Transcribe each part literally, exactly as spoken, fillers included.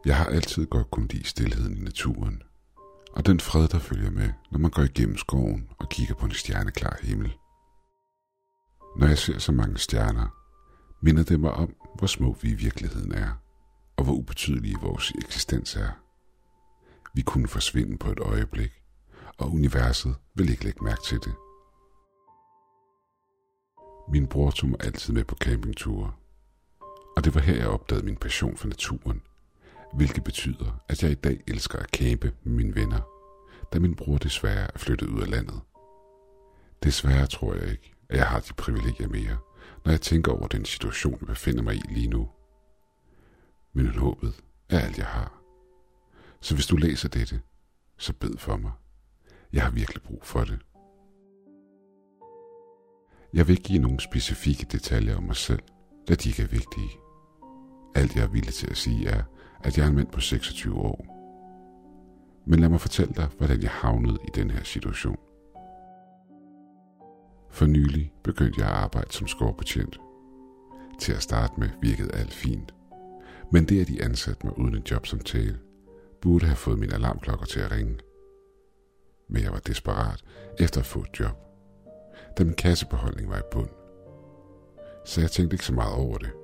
Jeg har altid godt kunnet lide stilheden i naturen, og den fred, der følger med, når man går igennem skoven og kigger på en stjerneklar himmel. Når jeg ser så mange stjerner, minder det mig om, hvor små vi i virkeligheden er, og hvor ubetydelige vores eksistens er. Vi kunne forsvinde på et øjeblik, og universet vil ikke lægge mærke til det. Min bror tog mig altid med på campingture, og det var her, jeg opdagede min passion for naturen, hvilket betyder, at jeg i dag elsker at campe med mine venner, da min bror desværre er flyttet ud af landet. Desværre tror jeg ikke, at jeg har de privilegier mere, når jeg tænker over den situation, jeg befinder mig i lige nu. Men håbet er alt, jeg har. Så hvis du læser dette, så bed for mig. Jeg har virkelig brug for det. Jeg vil ikke give nogle specifikke detaljer om mig selv, da de ikke er vigtige. Alt jeg er villig til at sige er, at jeg er en mand på seksogtyve år. Men lad mig fortælle dig, hvordan jeg havnede i den her situation. For nylig begyndte jeg at arbejde som skovbetjent. Til at starte med virkede alt fint. Men det, at de ansatte mig uden en jobsamtale, burde have fået mine alarmklokker til at ringe. Men jeg var desperat efter at få et job, da min kassebeholdning var i bund. Så jeg tænkte ikke så meget over det.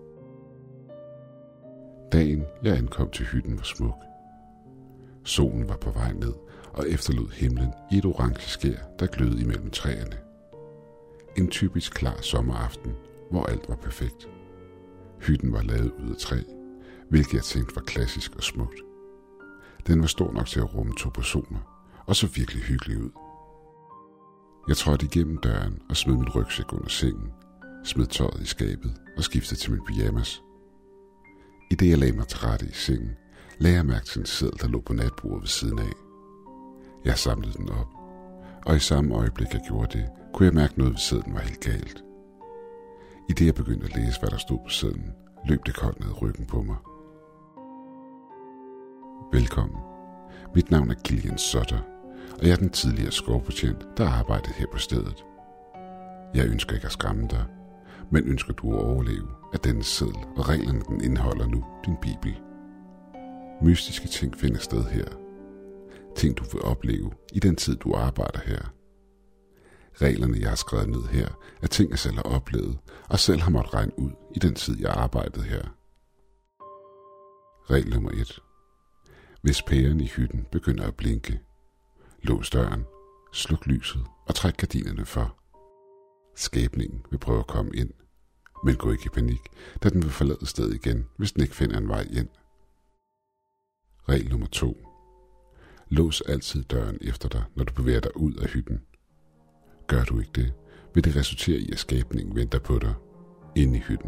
Dagen, jeg ankom til hytten, var smuk. Solen var på vej ned og efterlod himlen i et orange skær, der glødede imellem træerne. En typisk klar sommeraften, hvor alt var perfekt. Hytten var lavet ud af træ, hvilket jeg tænkte var klassisk og smukt. Den var stor nok til at rumme to personer, og så virkelig hyggelig ud. Jeg trådte igennem døren og smed min rygsæk under sengen, smed tøjet i skabet og skiftede til min pyjamas. I det jeg lagde mig til rette i sengen, lagde jeg mærke til en seddel, der lå på natbordet ved siden af. Jeg samlede den op, og i samme øjeblik jeg gjorde det, kunne jeg mærke noget ved sedlen var helt galt. I det jeg begyndte at læse, hvad der stod på sedlen, løb det koldt ned ryggen på mig. Velkommen. Mit navn er Gillian Sutter, og jeg er den tidligere skovbetjent, der arbejdede her på stedet. Jeg ønsker ikke at skræmme dig, men ønsker du at overleve, at denne seddel og reglerne, den indeholder nu, din bibel. Mystiske ting finder sted her. Ting, du vil opleve i den tid, du arbejder her. Reglerne, jeg har skrevet ned her, er ting, jeg selv har oplevet, og selv har måttet regne ud i den tid, jeg arbejdede her. Regel nummer et. Hvis pæren i hytten begynder at blinke, lås døren, sluk lyset og træk gardinerne for. Skæbningen vil prøve at komme ind, men gå ikke i panik, da den vil forlade stedet igen, hvis den ikke finder en vej ind. Regel nummer to. Lås altid døren efter dig, når du bevæger dig ud af hytten. Gør du ikke det, vil det resultere i, at skæbningen venter på dig inde i hytten.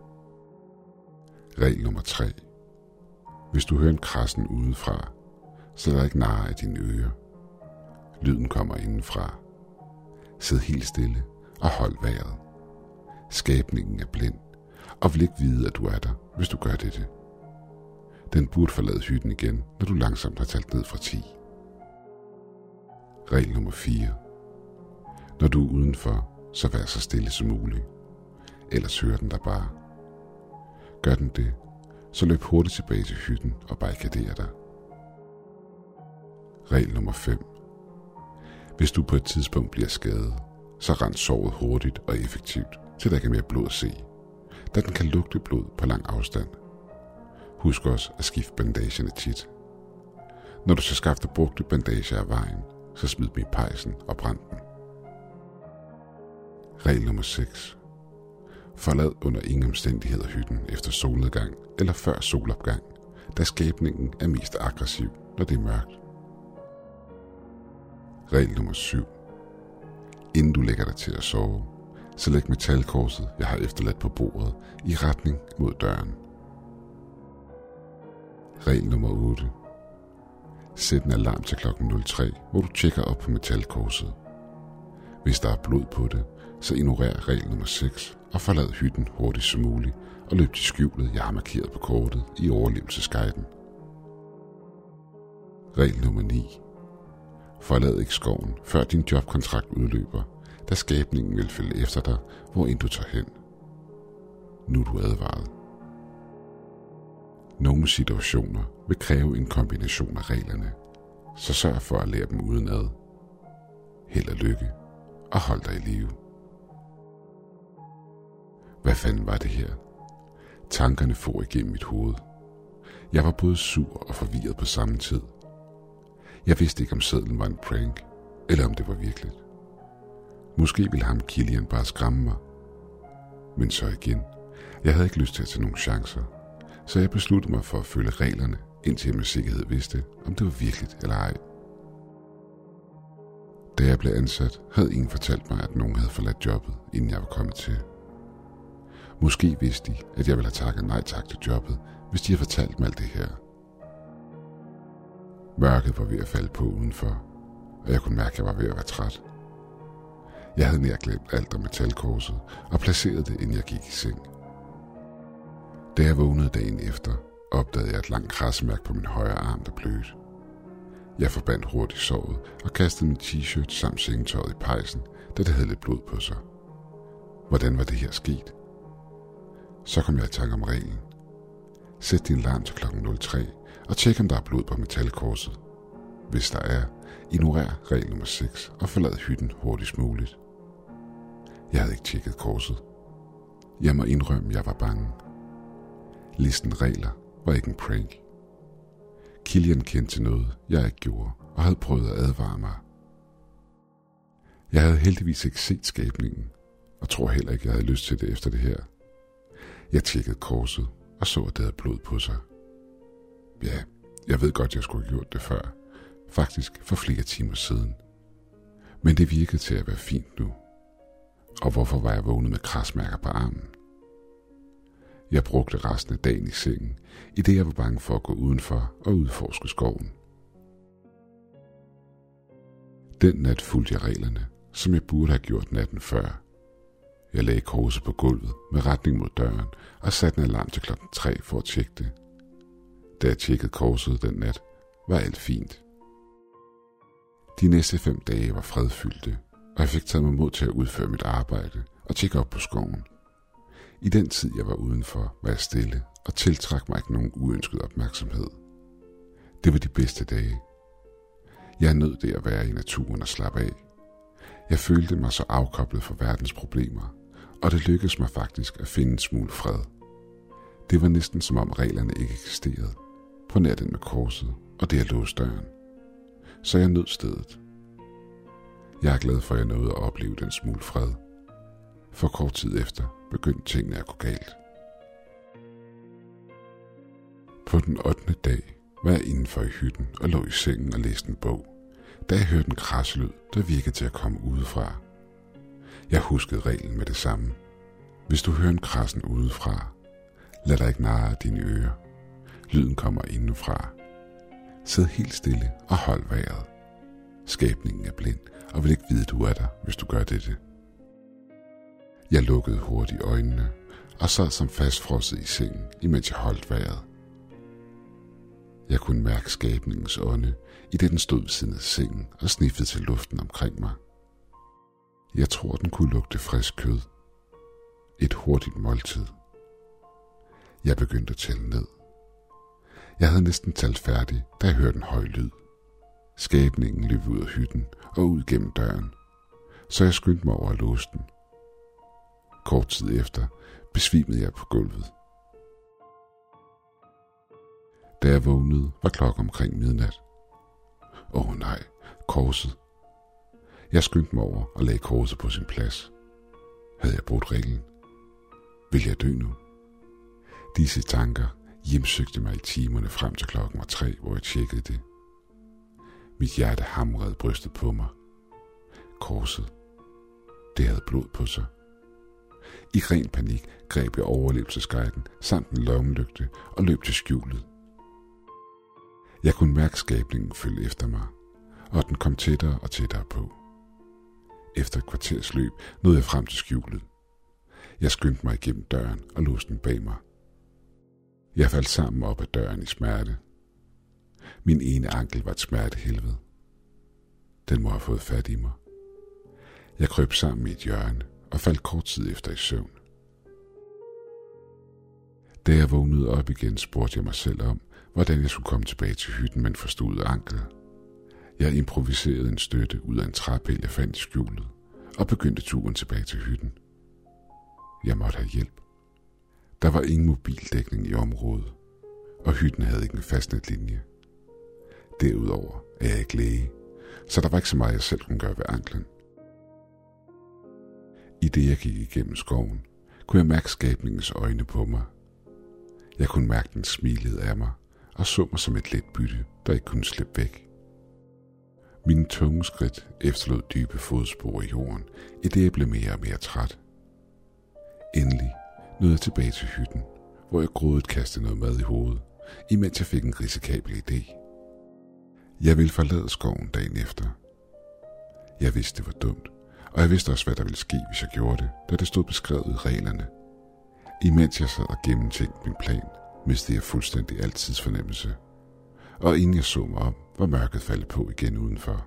Regel nummer tre. Hvis du hører en krassen udenfra, så lad ikke narre af dine ører. Lyden kommer indenfra. Sid helt stille og hold vejret. Skæbningen er blind og vil ikke vide, at du er der, hvis du gør dette. Den burde forlade hytten igen, når du langsomt har talt ned fra ti. Regel nummer fire. Når du er udenfor, så vær så stille som muligt. Ellers hører den dig bare. Gør den det, så løb hurtigt tilbage til hytten og barrikader dig. Regel nummer fem. Hvis du på et tidspunkt bliver skadet, så rens såret hurtigt og effektivt, til der ikke er mere blod at se, da den kan lugte blod på lang afstand. Husk også at skifte bandagerne tit. Når du skal skaffe brugte bandager af vejen, så smid dem i pejsen og brænd den. Regel nummer seks. Forlad under ingen omstændigheder hytten efter solnedgang eller før solopgang, da skæbningen er mest aggressiv, når det er mørkt. Regel nummer syv. Inden du lægger dig til at sove, så læg metalkorset, jeg har efterladt på bordet, i retning mod døren. Regel nummer otte. Sæt en alarm til klokken nul tre, hvor du tjekker op på metalkorset. Hvis der er blod på det, så ignorer regel nummer seks og forlad hytten hurtigt som muligt og løb til skjulet, jeg har markeret på kortet i overlevelsesguiden. Regel nummer ni. Forlad ikke skoven, før din jobkontrakt udløber, da skæbningen vil følge efter dig, hvor end du tager hen. Nu er du advaret. Nogle situationer vil kræve en kombination af reglerne, så sørg for at lære dem udenad. Held og lykke, og hold dig i live. Hvad fanden var det her? Tankerne for igennem mit hoved. Jeg var både sur og forvirret på samme tid. Jeg vidste ikke, om sedlen var en prank, eller om det var virkeligt. Måske ville ham Kilian bare skræmme mig. Men så igen, jeg havde ikke lyst til at tage nogle chancer, så jeg besluttede mig for at følge reglerne, indtil jeg med sikkerhed vidste, om det var virkeligt eller ej. Da jeg blev ansat, havde ingen fortalt mig, at nogen havde forladt jobbet, inden jeg var kommet til. Måske vidste de, at jeg ville have takket nej tak til jobbet, hvis de havde fortalt mig alt det her. Mørket var ved at falde på udenfor, og jeg kunne mærke, at jeg var ved at være træt. Jeg havde nær glemt alt om metalkorset og placerede det, inden jeg gik i seng. Da jeg vågnede dagen efter, opdagede jeg et langt kradsmærke på min højre arm, der blødte. Jeg forbandt hurtigt såret og kastede min t-shirt samt sengetøjet i pejsen, da det havde lidt blod på sig. Hvordan var det her sket? Så kom jeg i tanke om reglen. Sæt din alarm til klokken nul tre og tjek, om der er blod på metalkorset. Hvis der er, ignorer regel nummer seks og forlad hytten hurtigst muligt. Jeg havde ikke tjekket korset. Jeg må indrømme, at jeg var bange. Listen regler var ikke en prank. Kilian kendte til noget, jeg ikke gjorde, og havde prøvet at advare mig. Jeg havde heldigvis ikke set skabningen, og tror heller ikke, jeg havde lyst til det efter det her. Jeg tjekkede korset og så, at det havde blod på sig. Ja, jeg ved godt, jeg skulle have gjort det før. Faktisk for flere timer siden. Men det virkede til at være fint nu. Og hvorfor var jeg vågnet med kradsmærker på armen? Jeg brugte resten af dagen i sengen, i det jeg var bange for at gå udenfor og udforske skoven. Den nat fulgte jeg reglerne, som jeg burde have gjort natten før. Jeg lagde korset på gulvet med retning mod døren og satte en alarm til klokken tre for at tjekke det. Da jeg tjekkede korset den nat, var alt fint. De næste fem dage var fredfyldte, og jeg fik taget mig mod til at udføre mit arbejde og tjekke op på skoven. I den tid, jeg var udenfor, var jeg stille og tiltrak mig ikke nogen uønsket opmærksomhed. Det var de bedste dage. Jeg nød det at være i naturen og slappe af. Jeg følte mig så afkoblet fra verdens problemer, og det lykkedes mig faktisk at finde en smule fred. Det var næsten som om reglerne ikke eksisterede, på nær den med korset og det at låse døren. Så jeg nød stedet. Jeg er glad for, at jeg nåede at opleve den smule fred. For kort tid efter begyndte tingene at gå galt. På den ottende dag var jeg indenfor i hytten og lå i sengen og læste en bog, da jeg hørte en kraslyd, der virkede til at komme udefra. Jeg huskede reglen med det samme. Hvis du hører en krassen udefra, lad dig ikke narre dine ører. Lyden kommer indenfra. Sid helt stille og hold vejret. Skabningen er blind og vil ikke vide, du er der, hvis du gør dette. Jeg lukkede hurtigt øjnene og sad som fastfrosset i sengen, imens jeg holdt vejret. Jeg kunne mærke skabningens ånde, i det den stod ved siden af sengen og sniffede til luften omkring mig. Jeg tror, den kunne lugte frisk kød. Et hurtigt måltid. Jeg begyndte at tælle ned. Jeg havde næsten talt færdig, da jeg hørte en høj lyd. Skabningen løb ud af hytten og ud gennem døren, så jeg skyndte mig over at låse den. Kort tid efter besvimede jeg på gulvet. Da jeg vågnede, var klokken omkring midnat. Åh oh, nej, korset. Jeg skyndte mig over og lagde korset på sin plads. Havde jeg brudt reglen? Vil jeg dø nu? Disse tanker hjemsøgte mig i timerne frem til klokken var tre, hvor jeg tjekkede det. Mit hjerte hamrede brystet på mig. Korset. Det havde blod på sig. I ren panik greb jeg overlevelsesguiden samt en lommelygte og løb til skjulet. Jeg kunne mærke skabningen følge efter mig, og den kom tættere og tættere på. Efter et kvarters løb nåede jeg frem til skjulet. Jeg skyndte mig igennem døren og låste den bag mig. Jeg faldt sammen op ad døren i smerte. Min ene ankel var et smertehelvede. Den må have fået fat i mig. Jeg krøb sammen i et hjørne og faldt kort tid efter i søvn. Da jeg vågnede op igen, spurgte jeg mig selv om, hvordan jeg skulle komme tilbage til hytten med en forstuet ankel. Jeg improviserede en støtte ud af en træpæl, jeg fandt i skjulet, og begyndte turen tilbage til hytten. Jeg måtte have hjælp. Der var ingen mobildækning i området, og hytten havde ikke en fastnetlinje. Derudover er jeg ikke læge, så der var ikke så meget, jeg selv kunne gøre ved anklen. I det jeg gik igennem skoven, kunne jeg mærke skabningens øjne på mig. Jeg kunne mærke, den smilede af mig og så mig som et let bytte, der ikke kunne slippe væk. Mine tunge skridt efterlod dybe fodspor i jorden, i det jeg blev mere og mere træt. Endelig nåede jeg tilbage til hytten, hvor jeg grådigt kastede noget mad i hovedet, imens jeg fik en risikabel idé. Jeg ville forlade skoven dagen efter. Jeg vidste, det var dumt, og jeg vidste også, hvad der ville ske, hvis jeg gjorde det, da det stod beskrevet i reglerne. Imens jeg sad og gennemtænkte min plan, mistede jeg fuldstændig al tidsfornemmelse, og inden jeg så mig om, var mørket faldet på igen udenfor.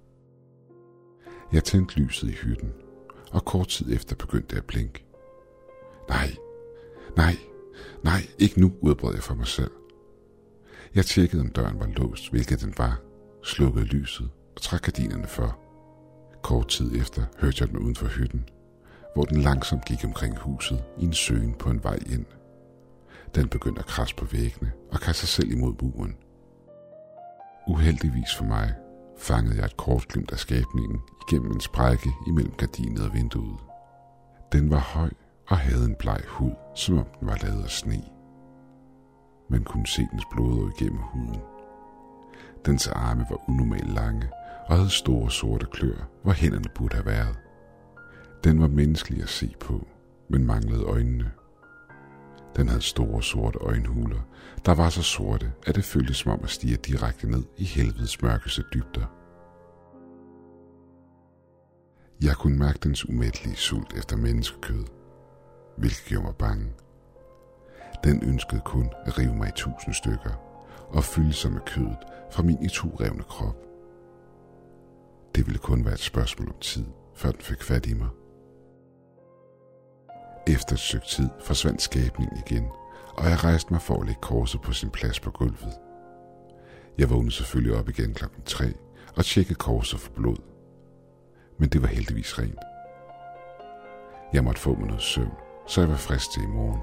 Jeg tændte lyset i hytten, og kort tid efter begyndte det at blinke. Nej, nej, nej, ikke nu, udbrød jeg for mig selv. Jeg tjekkede, om døren var låst, hvilket den var, slukkede lyset og trak gardinerne for. Kort tid efter hørte jeg den uden for hytten, hvor den langsomt gik omkring huset i en søgen på en vej ind. Den begyndte at krasse på væggene og kaste sig selv imod muren. Uheldigvis for mig fangede jeg et kort glimt af skabningen igennem en sprække imellem gardinet og vinduet. Den var høj og havde en bleg hud, som om den var lavet af sne. Man kunne se dens blodår igennem huden. Dens arme var unormalt lange og havde store sorte klør, hvor hænderne burde have været. Den var menneskelig at se på, men manglede øjnene. Den havde store sorte øjenhuler, der var så sorte, at det føltes som om at stige direkte ned i helvedes mørkeste dybder. Jeg kunne mærke dens umættelige sult efter menneskekød, hvilket gjorde mig bange. Den ønskede kun at rive mig i tusind stykker og fylde sig med kødet fra min iturevne krop. Det ville kun være et spørgsmål om tid, før den fik fat i mig. Efter et stykke tid forsvandt skabningen igen, og jeg rejste mig for at lægge korset på sin plads på gulvet. Jeg vågnede selvfølgelig op igen klokken tre og tjekkede korset for blod. Men det var heldigvis rent. Jeg måtte få mig noget søvn, så jeg var frisk til i morgen.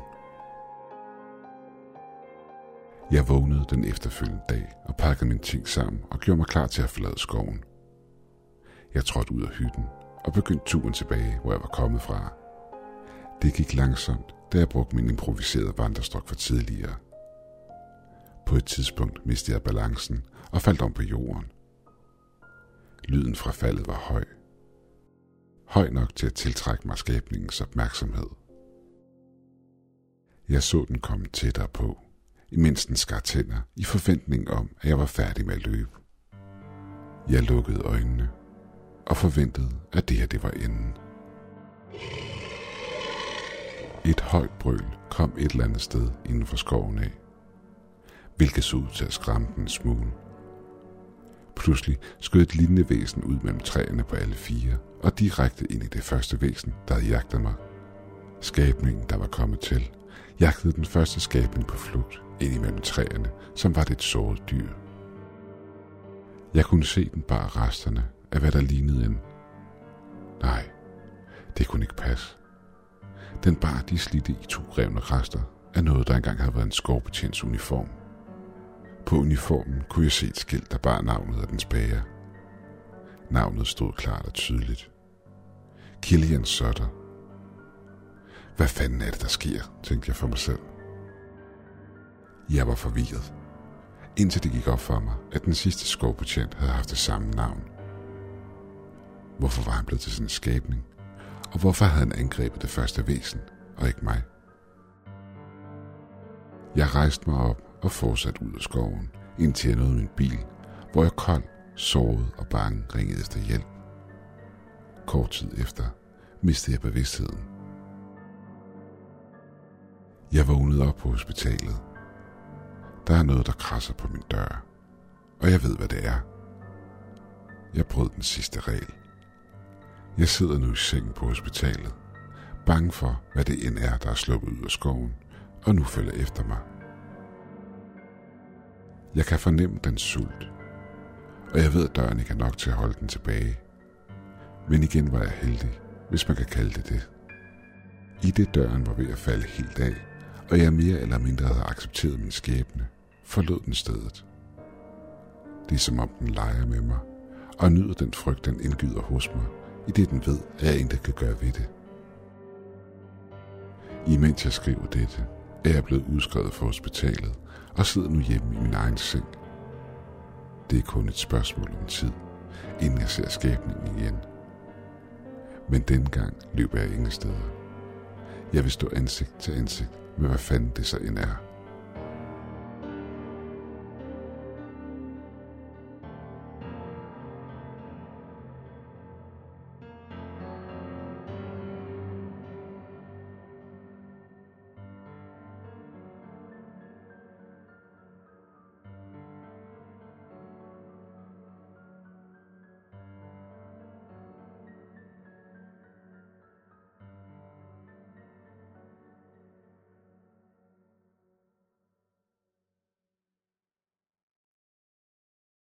Jeg vågnede den efterfølgende dag og pakkede mine ting sammen og gjorde mig klar til at forlade skoven. Jeg trådte ud af hytten og begyndte turen tilbage, hvor jeg var kommet fra. Det gik langsomt, da jeg brugte min improviserede vandrestok for tidligere. På et tidspunkt mistede jeg balancen og faldt om på jorden. Lyden fra faldet var høj. Høj nok til at tiltrække mig skabningens opmærksomhed. Jeg så den komme tættere på, imens den skar tænder i forventning om, at jeg var færdig med at løbe. Jeg lukkede øjnene og forventede, at det her det var enden. Et højt brøl kom et eller andet sted inden for skoven af, hvilket så ud til at skræmme den en smule. Pludselig skød et lignende væsen ud mellem træerne på alle fire og direkte ind i det første væsen, der havde jagtet mig. Skabningen, der var kommet til, jagtede den første skabning på flugt ind imellem træerne, som var det et såret dyr. Jeg kunne se den bare resterne af, hvad der lignede en. Nej, det kunne ikke passe. Den bar de slidte i to revne rester af noget, der engang havde været en skovbetjents uniform. På uniformen kunne jeg se et skilt, der bar navnet af dens bager. Navnet stod klart og tydeligt. Killian Sutter. Hvad fanden er det, der sker, tænkte jeg for mig selv. Jeg var forvirret, indtil det gik op for mig, at den sidste skovbetjent havde haft det samme navn. Hvorfor var han blevet til sådan en skabning? Og hvorfor havde han angrebet det første væsen, og ikke mig? Jeg rejste mig op og fortsatte ud af skoven, indtil jeg nåede min bil, hvor jeg kold, såret og bange ringede efter hjælp. Kort tid efter mistede jeg bevidstheden. Jeg vågnede op på hospitalet. Der er noget, der krasser på min dør, og jeg ved, hvad det er. Jeg brød den sidste regel. Jeg sidder nu i sengen på hospitalet, bange for, hvad det end er, der er sluppet ud af skoven, og nu følger efter mig. Jeg kan fornemme den sult, og jeg ved, at døren ikke er nok til at holde den tilbage. Men igen var jeg heldig, hvis man kan kalde det det. I det døren var ved at falde helt af, og jeg mere eller mindre havde accepteret min skæbne, forlod den stedet. Det er som om den leger med mig, og nyder den frygt, den indgyder hos mig, i det den ved, at jeg intet kan gøre ved det. Imens jeg skriver dette, er jeg blevet udskrevet fra hospitalet og sidder nu hjemme i min egen seng. Det er kun et spørgsmål om tid, inden jeg ser skæbnen igen. Men dengang løber jeg ingen steder. Jeg vil stå ansigt til ansigt med hvad fanden det så end er.